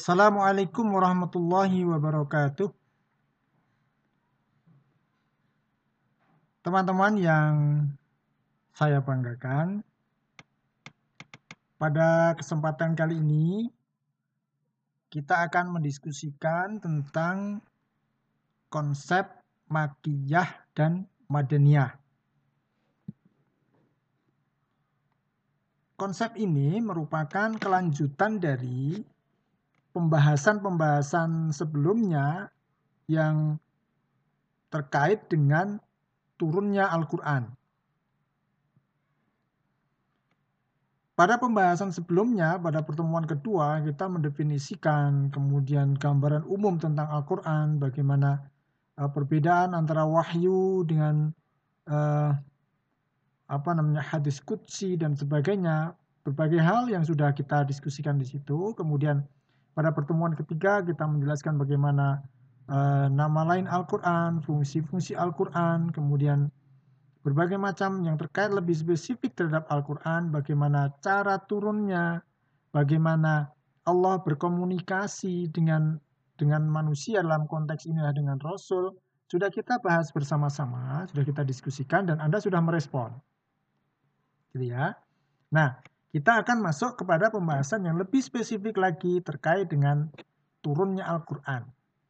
Assalamualaikum warahmatullahi wabarakatuh. Teman-teman yang saya banggakan, pada kesempatan kali ini kita akan mendiskusikan tentang konsep Makkiyah dan Madaniyah. Konsep ini merupakan kelanjutan dari pembahasan-pembahasan sebelumnya yang terkait dengan turunnya Al-Quran. Pada pembahasan sebelumnya, pada pertemuan kedua, kita mendefinisikan kemudian gambaran umum tentang Al-Quran, bagaimana perbedaan antara wahyu dengan hadis qudsi dan sebagainya, berbagai hal yang sudah kita diskusikan di situ. Kemudian pada pertemuan ketiga kita menjelaskan bagaimana nama lain Al-Quran, fungsi-fungsi Al-Quran, kemudian berbagai macam yang terkait lebih spesifik terhadap Al-Quran, bagaimana cara turunnya, bagaimana Allah berkomunikasi dengan manusia dalam konteks ini dengan Rasul, sudah kita bahas bersama-sama, sudah kita diskusikan dan Anda sudah merespon. Gitu ya. Nah, kita akan masuk kepada pembahasan yang lebih spesifik lagi terkait dengan turunnya Al-Quran.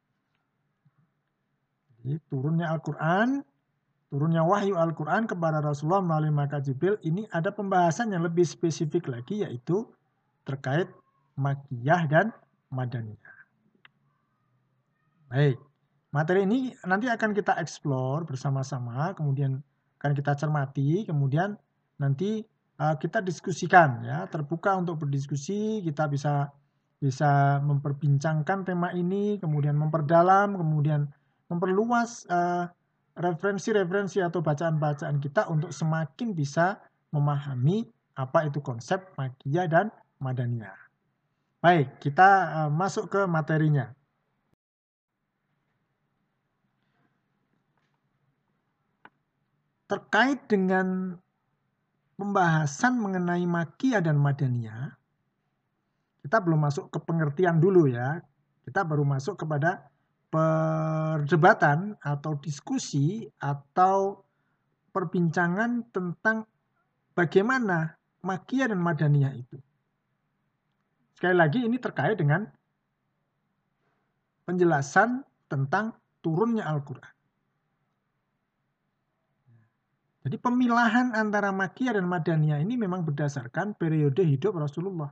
Jadi, turunnya Al-Quran, turunnya wahyu Al-Quran kepada Rasulullah melalui malaikat Jibril, ini ada pembahasan yang lebih spesifik lagi, yaitu terkait Makkiyah dan Madaniyah. Baik, materi ini nanti akan kita explore bersama-sama, kemudian akan kita cermati, kemudian nanti kita diskusikan, ya, terbuka untuk berdiskusi. Kita bisa memperbincangkan tema ini, kemudian memperdalam, kemudian memperluas referensi-referensi atau bacaan-bacaan kita untuk semakin bisa memahami apa itu konsep Makkiyah dan Madaniyah. Baik, kita masuk ke materinya. Terkait dengan pembahasan mengenai Makkiyah dan Madaniyah, kita belum masuk ke pengertian dulu ya. Kita baru masuk kepada perdebatan atau diskusi atau perbincangan tentang bagaimana Makkiyah dan Madaniyah itu. Sekali lagi ini terkait dengan penjelasan tentang turunnya Al-Quran. Jadi pemilahan antara Makkiyah dan Madaniyah ini memang berdasarkan periode hidup Rasulullah.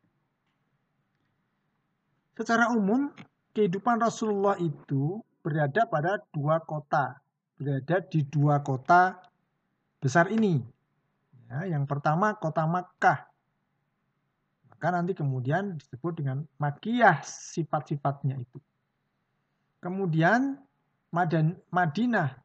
Secara umum, kehidupan Rasulullah itu berada pada dua kota. Berada di dua kota besar ini. Ya, yang pertama kota Makkah. Maka nanti kemudian disebut dengan Makkiyah sifat-sifatnya itu. Kemudian Madinah.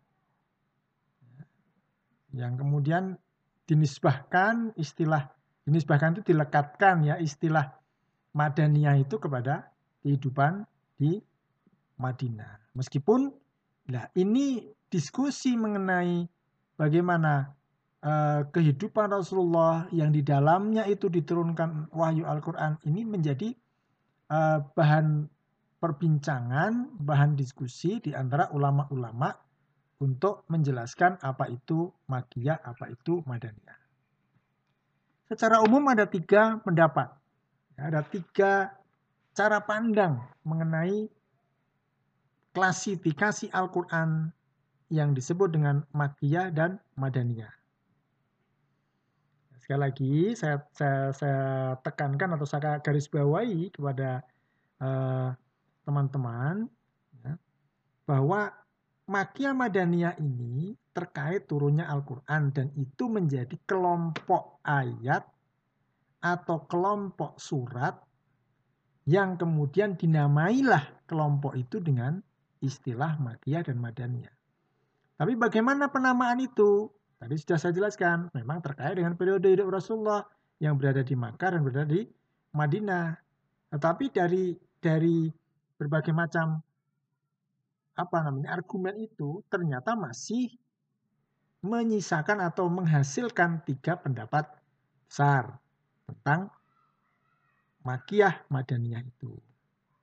Yang kemudian dinisbahkan itu dilekatkan ya istilah Madaniyah itu kepada kehidupan di Madinah. Meskipun ini diskusi mengenai bagaimana kehidupan Rasulullah yang di dalamnya itu diturunkan wahyu Al-Quran ini menjadi bahan perbincangan, bahan diskusi di antara ulama-ulama untuk menjelaskan apa itu Makkiyah, apa itu Madaniyah. Secara umum ada tiga pendapat. Ada tiga cara pandang mengenai klasifikasi Al-Quran yang disebut dengan Makkiyah dan Madaniyah. Sekali lagi saya tekankan atau saya garis bawahi kepada teman-teman bahwa Makkiyah Madaniyah ini terkait turunnya Al-Quran dan itu menjadi kelompok ayat atau kelompok surat yang kemudian dinamailah kelompok itu dengan istilah Makkiyah dan Madaniyah. Tapi bagaimana penamaan itu? Tadi sudah saya jelaskan, memang terkait dengan periode hidup Rasulullah yang berada di Makkah dan berada di Madinah. Tetapi dari berbagai macam argumen itu ternyata masih menyisakan atau menghasilkan tiga pendapat besar tentang Makkiyah Madaniyah itu.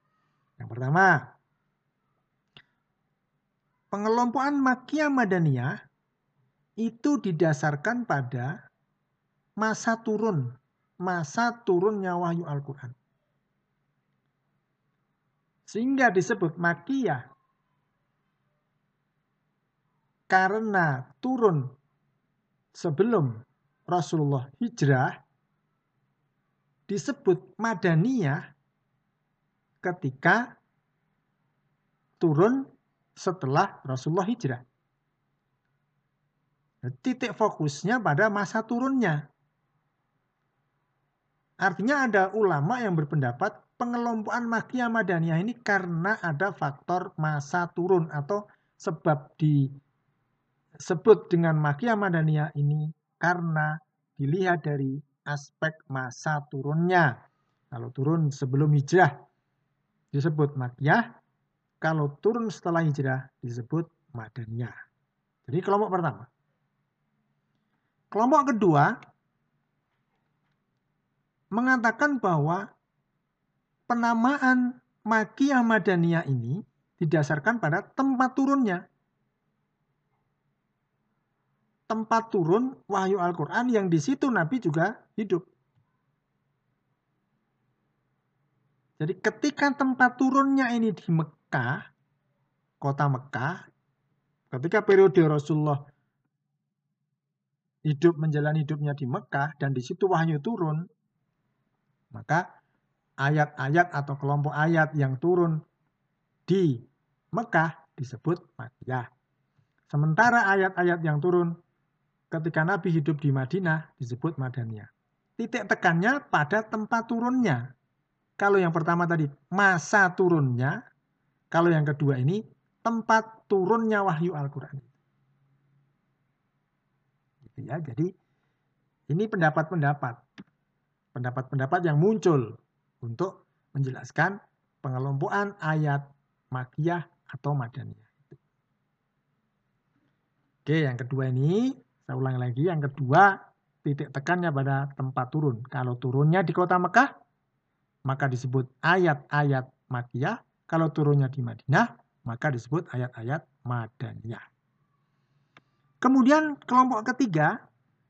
Yang pertama, pengelompokan Makkiyah Madaniyah itu didasarkan pada masa turunnya wahyu Al-Quran. Sehingga disebut Makkiyah karena turun sebelum Rasulullah hijrah, disebut Madaniyah ketika turun setelah Rasulullah hijrah. Titik fokusnya pada masa turunnya. Artinya ada ulama yang berpendapat pengelompokan Makkiyah Madaniyah ini karena ada faktor masa turun atau sebab disebut dengan Makkiyah Madaniyah ini karena dilihat dari aspek masa turunnya. Kalau turun sebelum hijrah disebut Makkiyah, kalau turun setelah hijrah disebut Madaniyah. Jadi kelompok pertama. Kelompok kedua mengatakan bahwa penamaan Makkiyah Madaniyah ini didasarkan pada tempat turunnya. Tempat turun wahyu Al-Quran yang di situ Nabi juga hidup. Jadi ketika tempat turunnya ini di Mekah, kota Mekah, ketika periode Rasulullah hidup menjalani hidupnya di Mekah dan di situ wahyu turun, maka ayat-ayat atau kelompok ayat yang turun di Mekah disebut Makkiyah. Sementara ayat-ayat yang turun ketika Nabi hidup di Madinah disebut Madaniyah. Titik tekannya pada tempat turunnya. Kalau yang pertama tadi masa turunnya, kalau yang kedua ini tempat turunnya wahyu Al-Quran. Gitu ya. Jadi ini pendapat-pendapat yang muncul untuk menjelaskan pengelompokan ayat Makkiyah atau Madaniyah. Oke, yang kedua ini saya ulang lagi, yang kedua titik tekannya pada tempat turun. Kalau turunnya di kota Mekah, maka disebut ayat-ayat Makkiyah. Kalau turunnya di Madinah, maka disebut ayat-ayat Madaniyah. Kemudian kelompok ketiga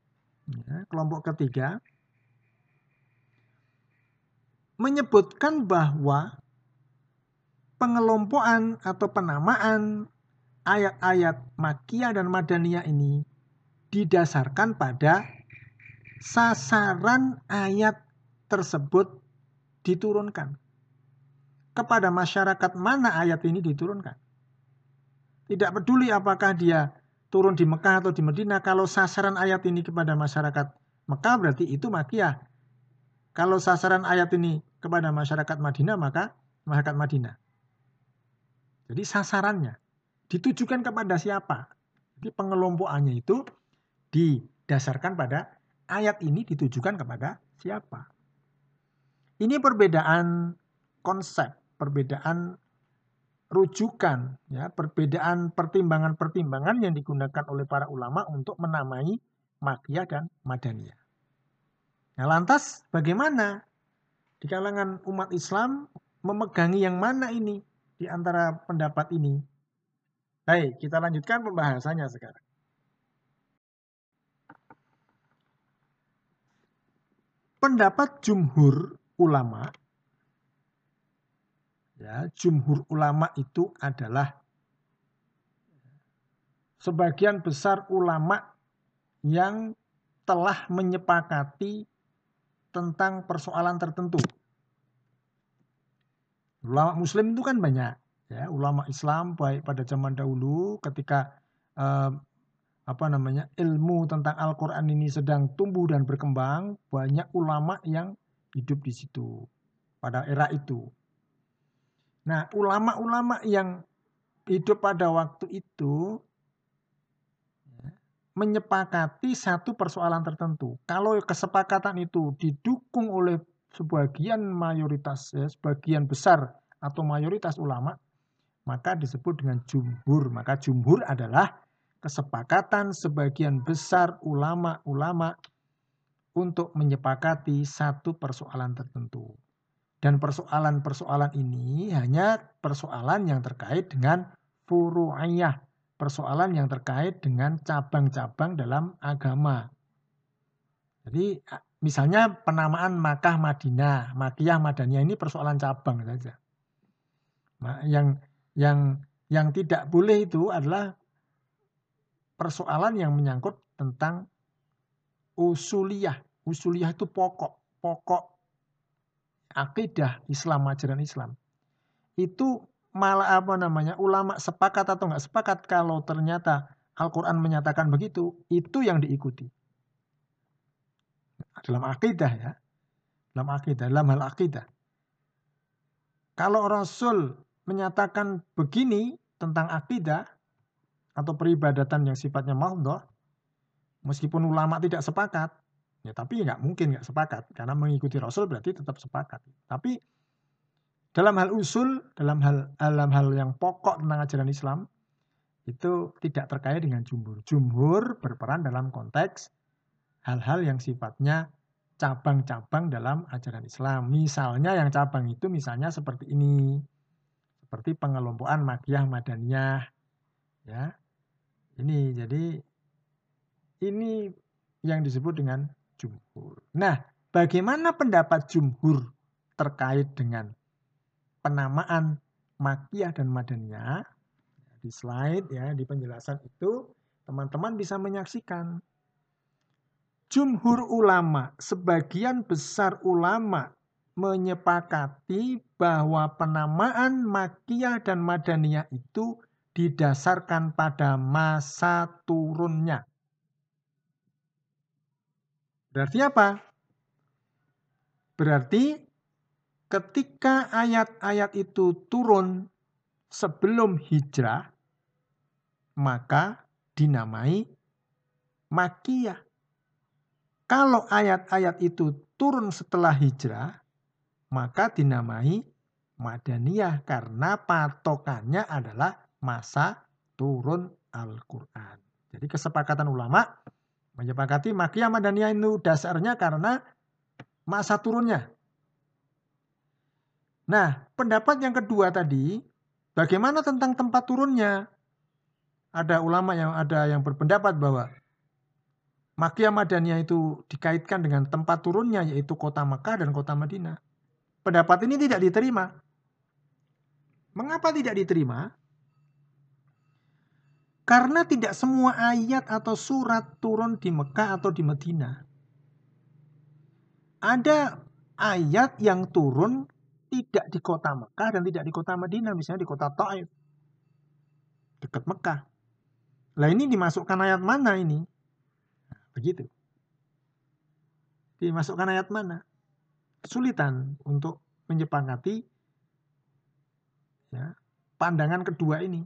menyebutkan bahwa pengelompokan atau penamaan ayat-ayat Makkiyah dan Madaniyah ini didasarkan pada sasaran ayat tersebut diturunkan. Kepada masyarakat mana ayat ini diturunkan. Tidak peduli apakah dia turun di Mekah atau di Madinah, kalau sasaran ayat ini kepada masyarakat Mekah berarti itu Makkiyah. Kalau sasaran ayat ini kepada masyarakat Madinah, maka masyarakat Madinah. Jadi sasarannya ditujukan kepada siapa? Jadi pengelompokannya itu didasarkan pada ayat ini ditujukan kepada siapa. Ini perbedaan konsep, perbedaan rujukan, ya, perbedaan pertimbangan-pertimbangan yang digunakan oleh para ulama untuk menamai Makkiyah dan Madaniyah. Nah, lantas bagaimana di kalangan umat Islam memegangi yang mana ini di antara pendapat ini? Baik, kita lanjutkan pembahasannya sekarang. Pendapat jumhur ulama, ya, jumhur ulama itu adalah sebagian besar ulama yang telah menyepakati tentang persoalan tertentu. Ulama muslim itu kan banyak, ya, ulama Islam baik pada zaman dahulu ketika ilmu tentang Al-Quran ini sedang tumbuh dan berkembang, banyak ulama yang hidup di situ pada era itu. Nah, ulama-ulama yang hidup pada waktu itu menyepakati satu persoalan tertentu. Kalau kesepakatan itu didukung oleh sebagian mayoritas, ya, sebagian besar atau mayoritas ulama, maka disebut dengan jumhur. Maka jumhur adalah kesepakatan sebagian besar ulama-ulama untuk menyepakati satu persoalan tertentu. Dan persoalan-persoalan ini hanya persoalan yang terkait dengan furu'iyah, persoalan yang terkait dengan cabang-cabang dalam agama. Jadi misalnya penamaan Makkah, Madinah, Makkiyah, Madaniyah ini persoalan cabang saja. Nah, yang tidak boleh itu adalah persoalan yang menyangkut tentang usuliyah. Usuliyah itu pokok akidah Islam, ajaran Islam. Itu malah ulama sepakat atau nggak sepakat kalau ternyata Al-Quran menyatakan begitu, itu yang diikuti. Dalam akidah ya, dalam hal akidah. Kalau Rasul menyatakan begini tentang akidah atau peribadatan yang sifatnya mahdhah, meskipun ulama tidak sepakat, ya tapi nggak mungkin nggak sepakat, karena mengikuti Rasul berarti tetap sepakat. Tapi dalam hal usul, dalam hal yang pokok tentang ajaran Islam, itu tidak terkait dengan jumhur. Jumhur berperan dalam konteks hal-hal yang sifatnya cabang-cabang dalam ajaran Islam. Misalnya yang cabang itu misalnya seperti ini. Seperti pengelompokan Makkiyah, Madaniyah. Ya. Jadi ini yang disebut dengan jumhur. Nah, bagaimana pendapat jumhur terkait dengan penamaan Makkiyah dan Madaniyah? Di slide ya, di penjelasan itu teman-teman bisa menyaksikan. Jumhur ulama, sebagian besar ulama menyepakati bahwa penamaan Makkiyah dan Madaniyah itu didasarkan pada masa turunnya. Berarti apa? Berarti ketika ayat-ayat itu turun sebelum hijrah, maka dinamai Makkiyah. Kalau ayat-ayat itu turun setelah hijrah, maka dinamai Madaniyah karena patokannya adalah masa turun Al-Quran. Jadi kesepakatan ulama menyepakati Makkiyah Madaniyah itu dasarnya karena masa turunnya. Nah, pendapat yang kedua tadi, bagaimana tentang tempat turunnya? Ada ulama yang berpendapat bahwa Makkiyah Madaniyah itu dikaitkan dengan tempat turunnya, yaitu kota Mekah dan kota Madinah. Pendapat ini tidak diterima. Mengapa tidak diterima? Karena tidak semua ayat atau surat turun di Mekah atau di Madinah. Ada ayat yang turun tidak di kota Mekah dan tidak di kota Madinah, misalnya di kota Taif, dekat Mekah. Lah ini dimasukkan ayat mana ini? Begitu. Dimasukkan ayat mana? Kesulitan untuk menyepakati ya, pandangan kedua ini.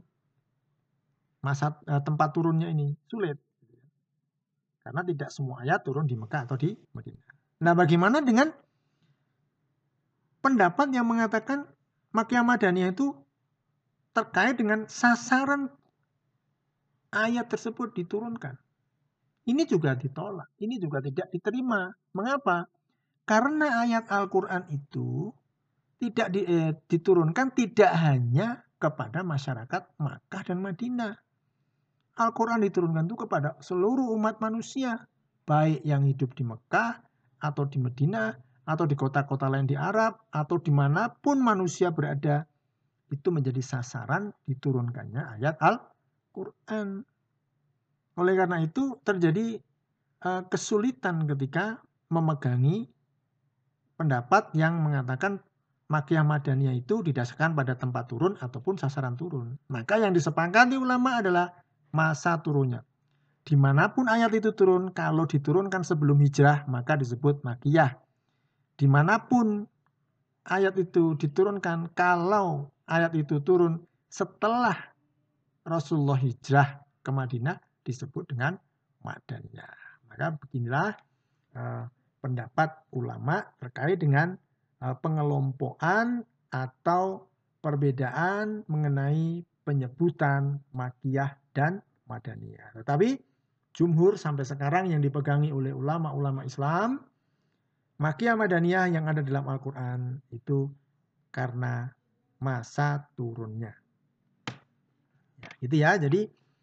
Tempat turunnya ini sulit. Karena tidak semua ayat turun di Mekah atau di Madinah. Nah, bagaimana dengan pendapat yang mengatakan Makkiyah Madaniyah itu terkait dengan sasaran ayat tersebut diturunkan? Ini juga ditolak, ini juga tidak diterima. Mengapa? Karena ayat Al-Quran itu tidak diturunkan tidak hanya kepada masyarakat Makkah dan Madinah. Al-Quran diturunkan itu kepada seluruh umat manusia, baik yang hidup di Mekah atau di Madinah atau di kota-kota lain di Arab atau dimanapun manusia berada, itu menjadi sasaran diturunkannya ayat Al-Quran. Oleh karena itu terjadi kesulitan ketika memegangi pendapat yang mengatakan Makkiyah Madaniyah itu didasarkan pada tempat turun ataupun sasaran turun. Maka yang disepakati ulama adalah masa turunnya. Dimanapun ayat itu turun, kalau diturunkan sebelum hijrah maka disebut Makkiyah. Dimanapun ayat itu diturunkan, kalau ayat itu turun setelah Rasulullah hijrah ke Madinah disebut dengan Madaniyah. Maka beginilah pendapat ulama terkait dengan pengelompokan atau perbedaan mengenai penyebutan Makkiyah dan Madaniyah. Tetapi jumhur sampai sekarang yang dipegangi oleh ulama-ulama Islam Makkiyah Madaniyah yang ada dalam Al-Quran itu karena masa turunnya. Ya, gitu ya. Jadi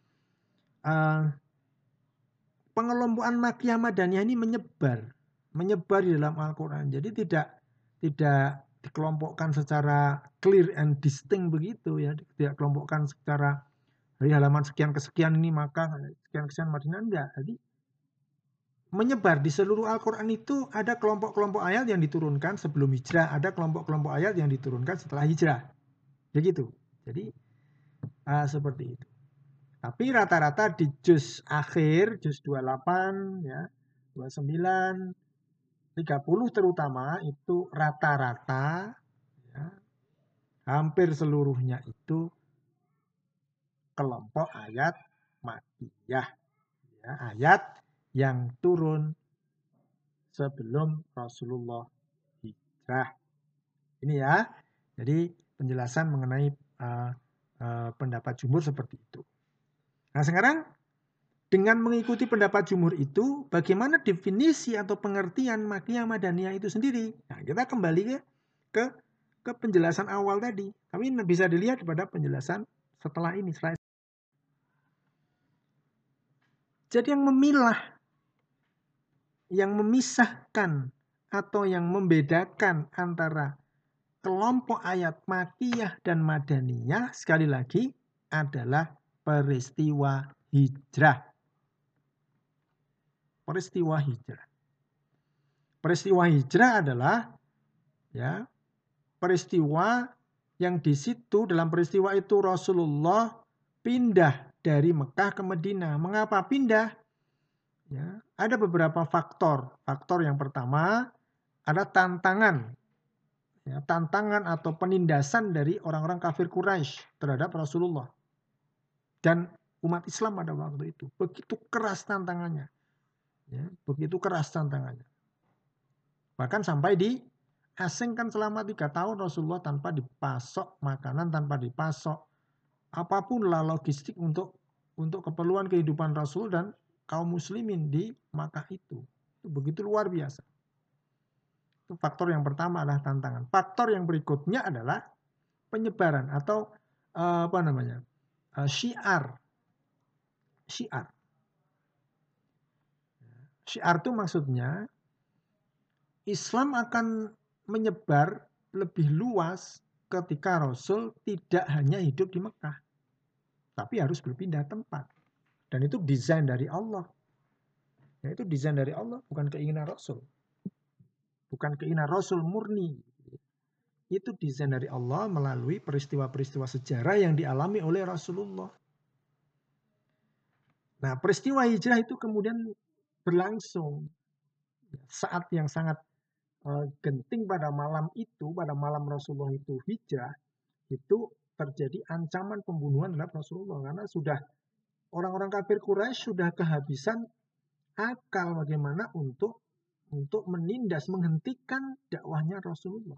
pengelompokan Makkiyah Madaniyah ini menyebar di dalam Al-Quran. Jadi tidak dikelompokkan secara clear and distinct begitu ya. Tidak kelompokkan secara dari halaman sekian ke sekian ini maka sekian ke sekian Madinah, enggak. Jadi menyebar di seluruh Al-Quran itu ada kelompok-kelompok ayat yang diturunkan sebelum hijrah, ada kelompok-kelompok ayat yang diturunkan setelah hijrah. Begitu. Jadi seperti itu. Tapi rata-rata di juz akhir, juz 28 ya, 29, 30 terutama itu rata-rata ya, hampir seluruhnya itu kelompok ayat Makkiyah. Ya, ayat yang turun sebelum Rasulullah hijrah. Ini ya. Jadi penjelasan mengenai pendapat jumhur seperti itu. Nah sekarang dengan mengikuti pendapat jumhur itu, bagaimana definisi atau pengertian Makkiyah Madaniyah itu sendiri? Nah kita kembali ke penjelasan awal tadi. Tapi bisa dilihat pada penjelasan setelah ini. Jadi yang memilah, yang memisahkan atau yang membedakan antara kelompok ayat Makkiyah dan Madaniyah sekali lagi adalah peristiwa hijrah. Peristiwa hijrah. Peristiwa hijrah adalah ya peristiwa yang di situ dalam peristiwa itu Rasulullah pindah dari Mekah ke Madinah. Mengapa pindah? Ya, ada beberapa faktor. Faktor yang pertama ada tantangan. Ya, tantangan atau penindasan dari orang-orang kafir Quraisy terhadap Rasulullah dan umat Islam pada waktu itu. Begitu keras tantangannya. Ya, begitu keras tantangannya. Bahkan sampai diasingkan selama 3 tahun Rasulullah tanpa dipasok makanan, tanpa dipasok apapun lah logistik untuk keperluan kehidupan Rasul dan kaum muslimin di Makkah itu. Itu begitu luar biasa. Itu faktor yang pertama adalah tantangan. Faktor yang berikutnya adalah penyebaran atau syiar. Syiar. Syiar itu maksudnya Islam akan menyebar lebih luas ketika Rasul tidak hanya hidup di Mekah, tapi harus berpindah tempat. Dan itu desain dari Allah. Ya, itu desain dari Allah, bukan keinginan Rasul. Bukan keinginan Rasul murni. Itu desain dari Allah melalui peristiwa-peristiwa sejarah yang dialami oleh Rasulullah. Nah, peristiwa hijrah itu kemudian berlangsung saat yang sangat genting pada malam itu, pada malam Rasulullah itu hijrah, itu terjadi ancaman pembunuhan terhadap Rasulullah karena sudah orang-orang kafir Quraisy sudah kehabisan akal bagaimana untuk menindas, menghentikan dakwahnya Rasulullah.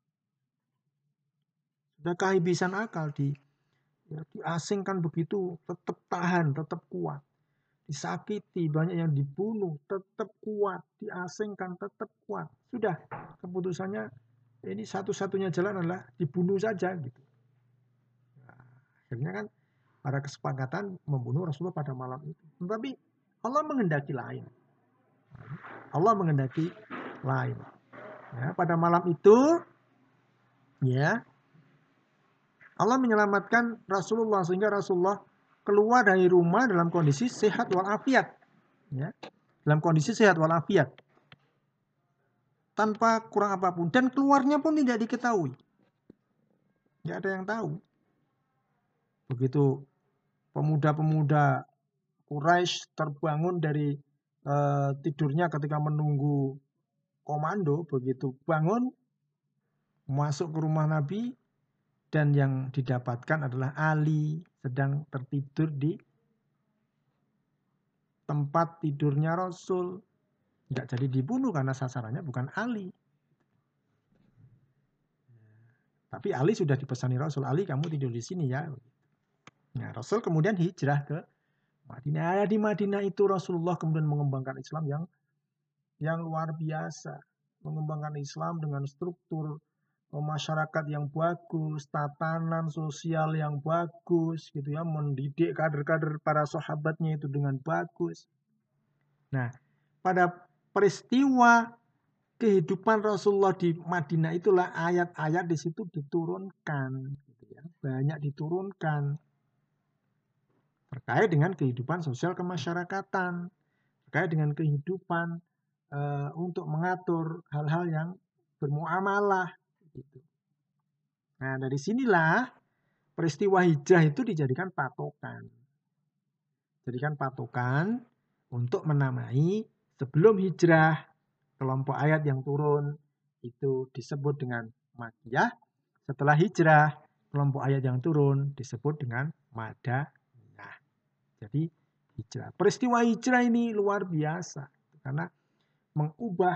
Sudah kehabisan akal diasingkan begitu, tetap tahan, tetap kuat. Disakiti, banyak yang dibunuh, tetap kuat, diasingkan, tetap kuat. Sudah, keputusannya ini satu-satunya jalan adalah dibunuh saja gitu. Nah, akhirnya kan ada kesepakatan membunuh Rasulullah pada malam itu. Tetapi Allah menghendaki lain. Allah menghendaki lain. Ya, pada malam itu, ya Allah menyelamatkan Rasulullah sehingga Rasulullah keluar dari rumah dalam kondisi sehat walafiat. Ya, dalam kondisi sehat walafiat. Tanpa kurang apapun. Dan keluarnya pun tidak diketahui. Tidak ada yang tahu. Begitu pemuda-pemuda Quraisy terbangun dari tidurnya ketika menunggu komando. Begitu bangun, masuk ke rumah Nabi. Dan yang didapatkan adalah Ali sedang tertidur di tempat tidurnya Rasul. Tidak jadi dibunuh karena sasarannya bukan Ali. Tapi Ali sudah dipesani Rasul, Ali kamu tidur di sini ya. Nah, Rasul kemudian hijrah ke Madinah. Di Madinah itu Rasulullah kemudian mengembangkan Islam yang luar biasa. mengembangkan Islam dengan struktur masyarakat yang bagus, tatanan sosial yang bagus gitu ya, mendidik kader-kader para sahabatnya itu dengan bagus. Nah, pada peristiwa kehidupan Rasulullah di Madinah itulah ayat-ayat di situ diturunkan gitu ya. Banyak diturunkan terkait dengan kehidupan sosial kemasyarakatan, terkait dengan kehidupan untuk mengatur hal-hal yang bermuamalah gitu. Nah, dari sinilah peristiwa hijrah itu dijadikan patokan. Jadikan patokan untuk menamai sebelum hijrah kelompok ayat yang turun itu disebut dengan Makkiyah. Setelah hijrah kelompok ayat yang turun disebut dengan Madaniyah. Jadi hijrah. Peristiwa hijrah ini luar biasa karena mengubah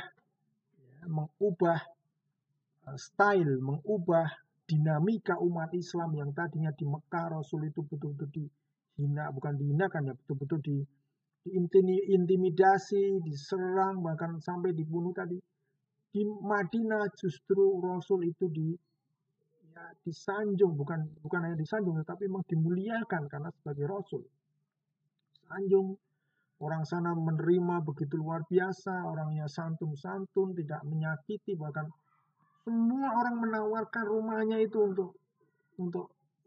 style, mengubah dinamika umat Islam yang tadinya di Mekah Rasul itu betul-betul dihina, bukan dihinakan ya, betul-betul diintimidasi, diserang, bahkan sampai dibunuh tadi. Di Madinah justru Rasul itu disanjung, bukan hanya disanjung, tetapi memang dimuliakan karena sebagai Rasul. Sanjung, orang sana menerima begitu luar biasa, orangnya santun-santun, tidak menyakiti, bahkan semua orang menawarkan rumahnya itu untuk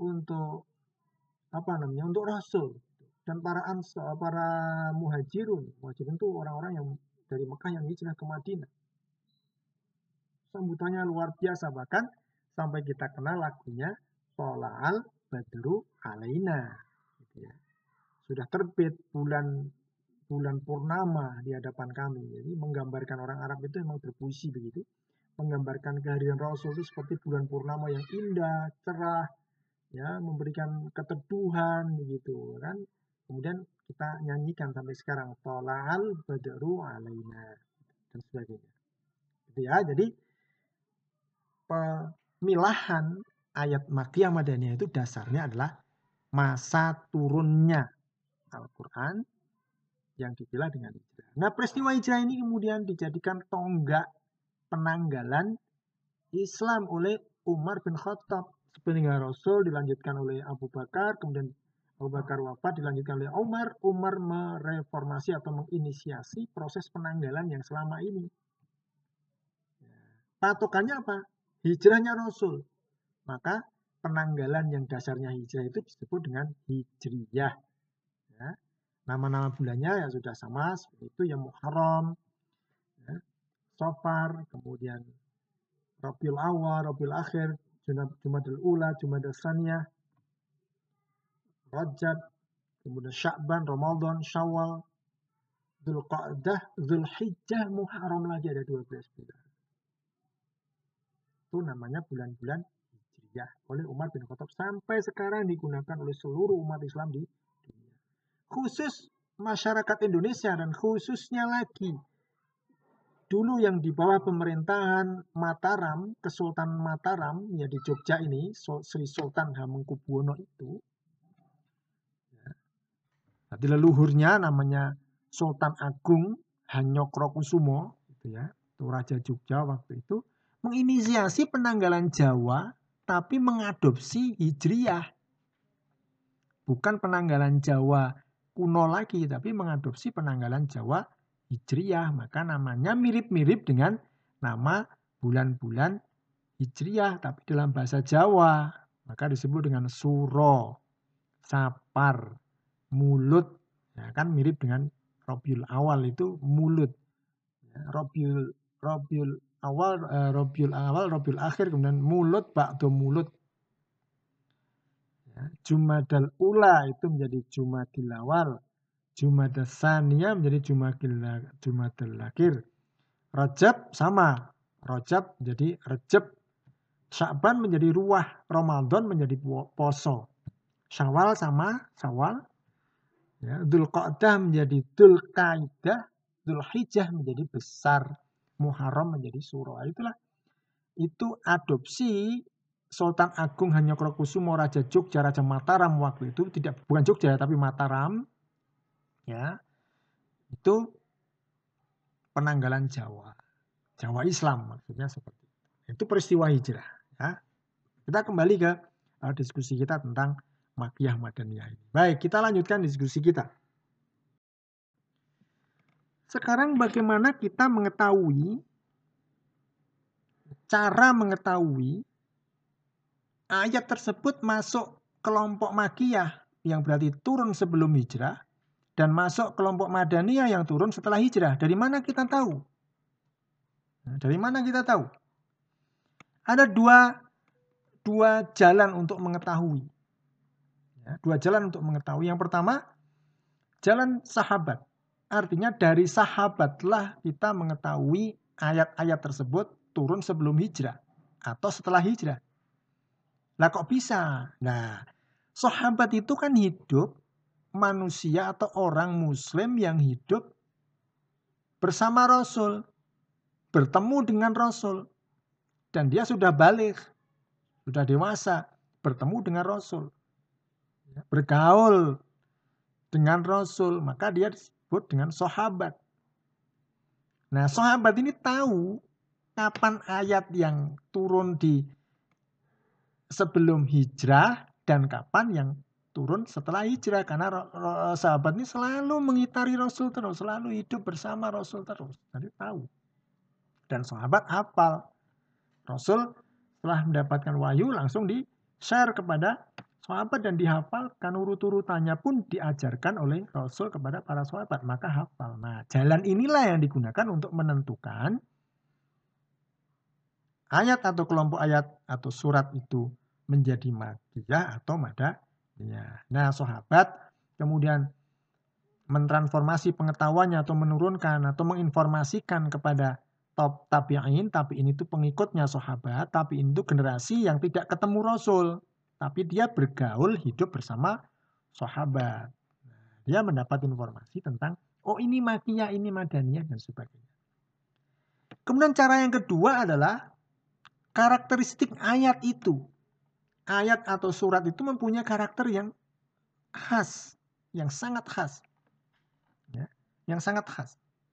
untuk Rasul. Dan para muhajirun itu orang-orang yang dari Mekah yang hijrah ke Madinah. Sambutannya luar biasa, bahkan sampai kita kenal lagunya Tola'al Badru Alaina. Gitu ya. Sudah terbit bulan purnama di hadapan kami. Jadi menggambarkan orang Arab itu memang berpuisi begitu. Menggambarkan kehadiran Rasul itu seperti bulan purnama yang indah, cerah, ya, memberikan keteduhan begitu kan. Kemudian kita nyanyikan sampai sekarang Tola'al Badru Alaina dan sebagainya. Gitu ya. Jadi pemilahan ayat Makkiyah Madaniyah itu dasarnya adalah masa turunnya Al-Quran yang dipilah dengan hijrah. Nah, peristiwa hijrah ini kemudian dijadikan tonggak penanggalan Islam oleh Umar bin Khattab. Sepeninggal Rasul dilanjutkan oleh Abu Bakar, kemudian Abu Bakar wafat dilanjutkan oleh Umar. Umar mereformasi atau menginisiasi proses penanggalan yang selama ini. Patokannya apa? Hijrahnya Rasul. Maka penanggalan yang dasarnya hijrah itu disebut dengan Hijriyah. Ya. Nama-nama bulannya ya sudah sama, seperti itu ya Muharram, ya, Safar, kemudian Rabiul Awal, Rabiul Akhir, Jumadil Ula, Jumadil Tsaniyah, Rajab, kemudian Sya'ban, Ramadan, Syawal, Dzulqa'dah, Dzulhijjah, Muharram lagi ada 12 bulan. Itu namanya bulan-bulan Hijriyah oleh Umar bin Khattab sampai sekarang digunakan oleh seluruh umat Islam di dunia. Khusus masyarakat Indonesia dan khususnya lagi dulu yang di bawah pemerintahan Mataram, Kesultanan Mataram, ya di Jogja ini, Sri Sultan Hamengkubuwono itu. Ya. Jadi leluhurnya namanya Sultan Agung Hanyokrokusumo, gitu ya, itu Raja Jogja waktu itu, menginisiasi penanggalan Jawa, tapi mengadopsi Hijriyah. Bukan penanggalan Jawa kuno lagi, tapi mengadopsi penanggalan Jawa Hijriyah, maka namanya mirip-mirip dengan nama bulan-bulan Hijriyah, tapi dalam bahasa Jawa, maka disebut dengan Suro, Sapar, Mulut, ya kan mirip dengan Rabiul Awal itu Mulut, ya, Rabiul Awal, Rabiul Akhir, kemudian Mulut, Ba'do Mulut. Ya, Jumadal Ula itu menjadi Jumadil Awal, Jumadil Tsaniyah menjadi Jumadil Akhir. Rajab sama, Rajab menjadi Rejab. Sya'ban menjadi Ruwah, Ramadan menjadi Poso. Syawal sama Syawal. Ya, Dzulqa'dah menjadi Dzulqaidah, Dzulhijjah menjadi Besar, Muharram menjadi Suro. Itu adopsi Sultan Agung Hanyokrokusumo Raja Jogja, Raja Mataram waktu itu, bukan Jogja tapi Mataram, ya, itu penanggalan Jawa. Jawa Islam, maksudnya seperti itu. Itu peristiwa hijrah. Ya. Kita kembali ke diskusi kita tentang Makkiyah Madaniyah ini. Baik, kita lanjutkan diskusi kita. Sekarang bagaimana kita mengetahui, cara mengetahui ayat tersebut masuk kelompok Makkiyah yang berarti turun sebelum hijrah dan masuk kelompok Madaniyah yang turun setelah hijrah. Dari mana kita tahu? Nah, dari mana kita tahu? Ada dua jalan untuk mengetahui. Ya, dua jalan untuk mengetahui. Yang pertama, jalan sahabat. Artinya dari sahabatlah kita mengetahui ayat-ayat tersebut turun sebelum hijrah atau setelah hijrah. Lah kok bisa? Nah, sahabat itu kan hidup manusia atau orang muslim yang hidup bersama Rasul, bertemu dengan Rasul, dan dia sudah balik, sudah dewasa, bertemu dengan Rasul, bergaul dengan Rasul, maka dia disebut dengan sahabat. Nah, sahabat ini tahu kapan ayat yang turun di sebelum hijrah dan kapan yang turun setelah hijrah, karena sahabat ini selalu mengitari Rasul terus, selalu hidup bersama Rasul terus, jadi tahu. Dan sahabat hafal. Rasul setelah mendapatkan wahyu langsung di-share kepada sahabat dan dihafalkan, urut-urutannya pun diajarkan oleh Rasul kepada para sahabat, maka hafal. Nah, jalan inilah yang digunakan untuk menentukan ayat atau kelompok ayat atau surat itu menjadi Makkiyah atau Madaniyah. Nah, sahabat kemudian mentransformasi pengetahuannya atau menurunkan atau menginformasikan kepada tabi'in. Tabi'in itu pengikutnya sahabat. Tabi'in itu generasi yang tidak ketemu Rasul, tapi dia bergaul hidup bersama sahabat. Dia mendapat informasi tentang, oh ini Makkiyah, ini Madaniyah, dan sebagainya. Kemudian cara yang kedua adalah karakteristik ayat itu. Ayat atau surat itu mempunyai karakter yang khas, yang sangat khas. Ya, yang sangat khas.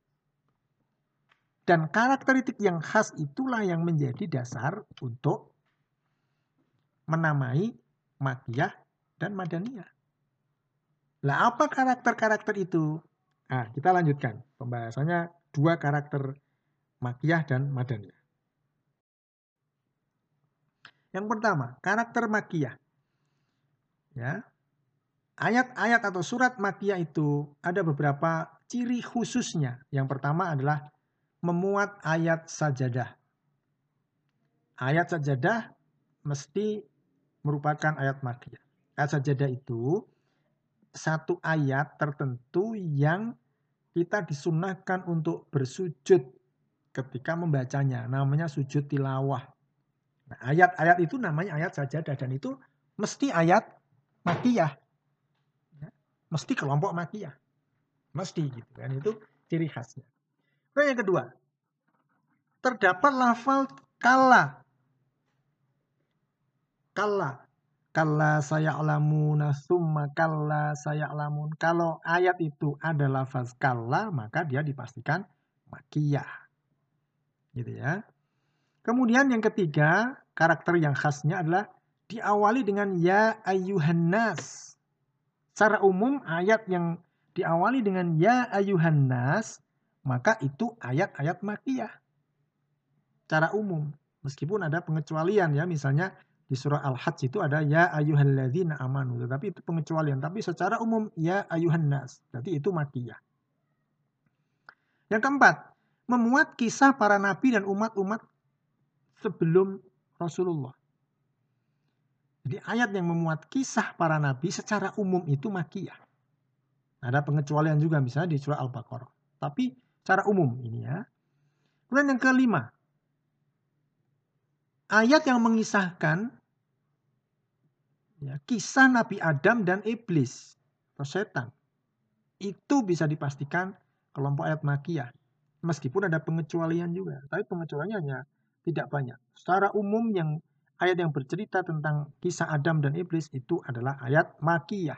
Dan karakteristik yang khas itulah yang menjadi dasar untuk menamai Makkiyah dan Madaniyah. Lah apa karakter-karakter itu? Nah, kita lanjutkan pembahasannya dua karakter Makkiyah dan Madaniyah. Yang pertama, karakter Makkiyah. Ya. Ayat-ayat atau surat Makkiyah itu ada beberapa ciri khususnya. Yang pertama adalah memuat ayat sajadah. Ayat sajadah mesti merupakan ayat Makkiyah. Ayat sajadah itu satu ayat tertentu yang kita disunahkan untuk bersujud ketika membacanya. Namanya sujud tilawah. Nah, ayat-ayat itu namanya ayat sajadah dan itu mesti ayat Makkiyah. Ya, mesti kelompok Makkiyah. Mesti gitu kan, itu ciri khasnya. Nah, yang kedua, terdapat lafal kalla. Kalla saya'lamuna summa kalla saya'lamun. Kalau ayat itu ada lafaz kalla, maka dia dipastikan Makkiyah. Gitu ya. Kemudian yang ketiga, karakter yang khasnya adalah diawali dengan ya ayyuhan nas. Secara umum ayat yang diawali dengan ya ayyuhan nas, maka itu ayat-ayat Makkiyah. Secara umum, meskipun ada pengecualian ya, misalnya di surah Al-Hajj itu ada ya ayyuhalladzina amanu, tetapi itu pengecualian. Tapi secara umum ya ayyuhan nas, berarti itu Makkiyah. Yang keempat, memuat kisah para nabi dan umat-umat sebelum Rasulullah. Jadi ayat yang memuat kisah para nabi secara umum itu Makkiyah. Ada pengecualian juga misalnya di surah Al-Baqarah. Tapi secara umum ini ya. Kemudian yang kelima, ayat yang mengisahkan ya, kisah Nabi Adam dan iblis atau setan. Itu bisa dipastikan kelompok ayat Makkiyah. Meskipun ada pengecualian juga, tapi pengecualiannya hanya tidak banyak. Secara umum ayat yang bercerita tentang kisah Adam dan iblis itu adalah ayat Makkiyah.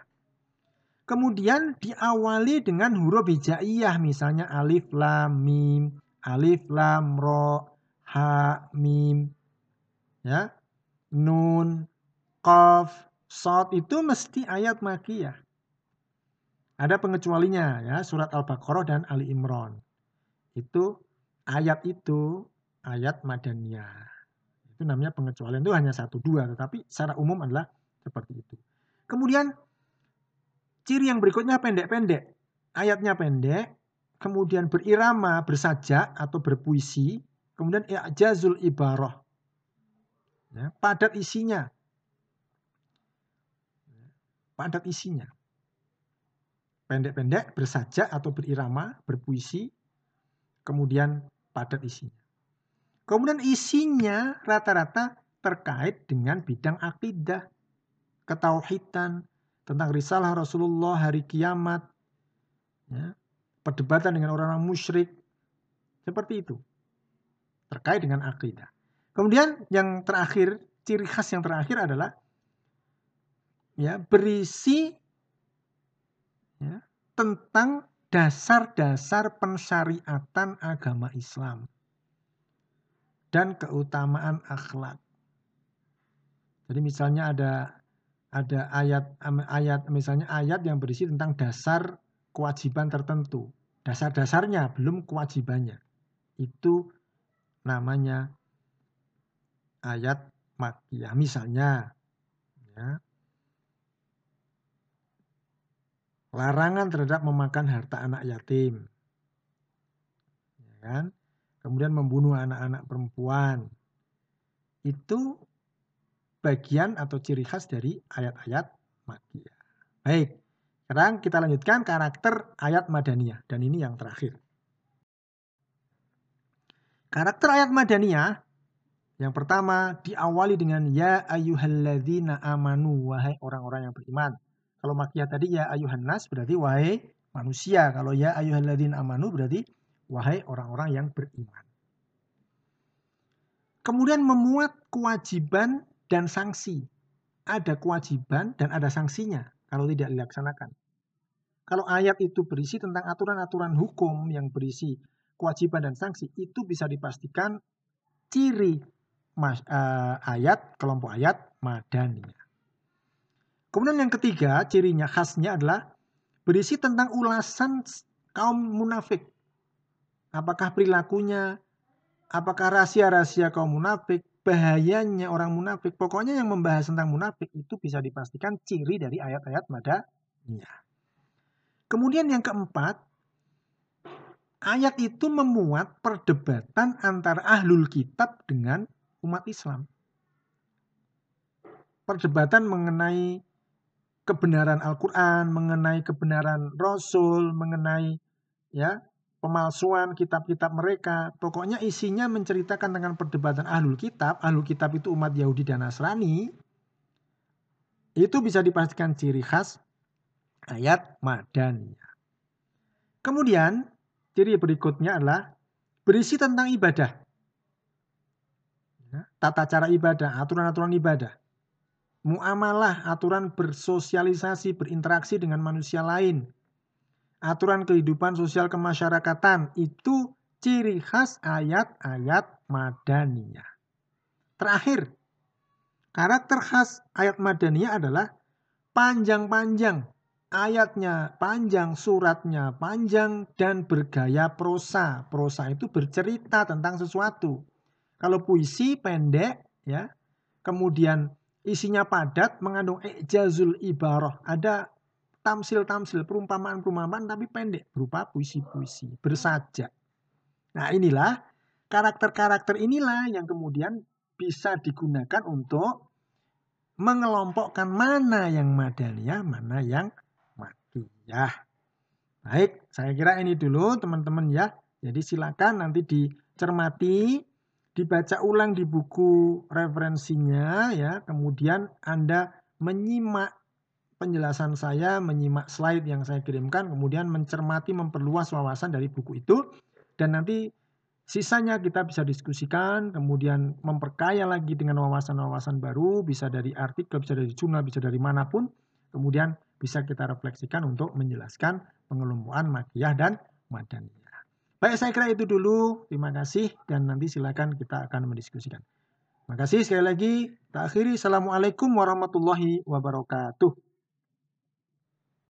Kemudian diawali dengan huruf hijaiyah, misalnya alif, lam, mim, Alif, lam, ro, ha, mim, ya, nun, qaf, shad itu mesti ayat makkiyah. Ada pengecualinya ya, surat Al-Baqarah dan Ali Imran. Itu ayat madaniyah. Itu namanya pengecualian, itu hanya 1-2, tetapi secara umum adalah seperti itu. Kemudian ciri yang berikutnya pendek-pendek. Ayatnya pendek, kemudian berirama, bersajak atau berpuisi, kemudian i'jazul ibarah. Ya, padat isinya. Padat isinya. Pendek-pendek, bersajak atau berirama, berpuisi, kemudian padat isinya. Kemudian isinya rata-rata terkait dengan bidang akidah, ketauhidan, tentang risalah Rasulullah, hari kiamat, ya, perdebatan dengan orang-orang musyrik, seperti itu, terkait dengan akidah. Kemudian yang terakhir, ciri khas yang terakhir adalah ya, berisi ya, tentang dasar-dasar pensyariatan agama Islam dan keutamaan akhlak. Jadi misalnya ada ayat misalnya ayat yang berisi tentang dasar kewajiban tertentu. Dasar-dasarnya belum kewajibannya. Itu namanya ayat makkiyah. Misalnya ya, larangan terhadap memakan harta anak yatim. Ya kan? Kemudian membunuh anak-anak perempuan. Itu bagian atau ciri khas dari ayat-ayat makkiyah. Baik, sekarang kita lanjutkan karakter ayat madaniyah. Dan ini yang terakhir. Karakter ayat madaniyah yang pertama diawali dengan ya ayyuhalladzina amanu, wahai orang-orang yang beriman. Kalau makkiyah tadi ya ayyuhan nas berarti wahai manusia. Kalau ya ayyuhalladzina amanu berarti wahai orang-orang yang beriman. Kemudian memuat kewajiban dan sanksi. Ada kewajiban dan ada sanksinya kalau tidak dilaksanakan. Kalau ayat itu berisi tentang aturan-aturan hukum yang berisi kewajiban dan sanksi, itu bisa dipastikan ciri ayat, kelompok ayat madaniyah. Kemudian yang ketiga, cirinya khasnya adalah berisi tentang ulasan kaum munafik. Apakah perilakunya, apakah rahasia-rahasia kaum munafik, bahayanya orang munafik. Pokoknya yang membahas tentang munafik itu bisa dipastikan ciri dari ayat-ayat madaniyah. Kemudian yang keempat, ayat itu memuat perdebatan antara ahlul kitab dengan umat Islam. Perdebatan mengenai kebenaran Al-Quran, mengenai kebenaran Rasul, mengenai ya pemalsuan kitab-kitab mereka. Pokoknya isinya menceritakan tentang perdebatan ahlul kitab. Ahlul kitab itu umat Yahudi dan Nasrani. Itu bisa dipastikan ciri khas ayat madaniyah. Kemudian ciri berikutnya adalah berisi tentang ibadah. Tata cara ibadah, aturan-aturan ibadah. Muamalah, aturan bersosialisasi, berinteraksi dengan manusia lain. Aturan kehidupan sosial kemasyarakatan. Itu ciri khas ayat-ayat madaniyah. Terakhir, karakter khas ayat madaniyah adalah panjang-panjang. Ayatnya panjang, suratnya panjang, dan bergaya prosa. Prosa itu bercerita tentang sesuatu. Kalau puisi pendek, ya, kemudian isinya padat, mengandung i'jazul ibarah. Ada tamsil-tamsil, perumpamaan-perumpamaan tapi pendek, berupa puisi-puisi, bersajak. Nah inilah, karakter-karakter inilah yang kemudian bisa digunakan untuk mengelompokkan mana yang madaniyah, mana yang makkiyah. Baik, saya kira ini dulu teman-teman ya. Jadi silakan nanti dicermati, dibaca ulang di buku referensinya ya. Kemudian Anda menyimak penjelasan saya, menyimak slide yang saya kirimkan, kemudian mencermati, memperluas wawasan dari buku itu, dan nanti sisanya kita bisa diskusikan, kemudian memperkaya lagi dengan wawasan-wawasan baru, bisa dari artikel, bisa dari jurnal, bisa dari manapun, kemudian bisa kita refleksikan untuk menjelaskan pengelompokan makkiyah dan madaniyah. Baik, saya kira itu dulu. Terima kasih dan nanti silakan kita akan mendiskusikan. Terima kasih sekali lagi. Kita akhiri. Assalamualaikum warahmatullahi wabarakatuh.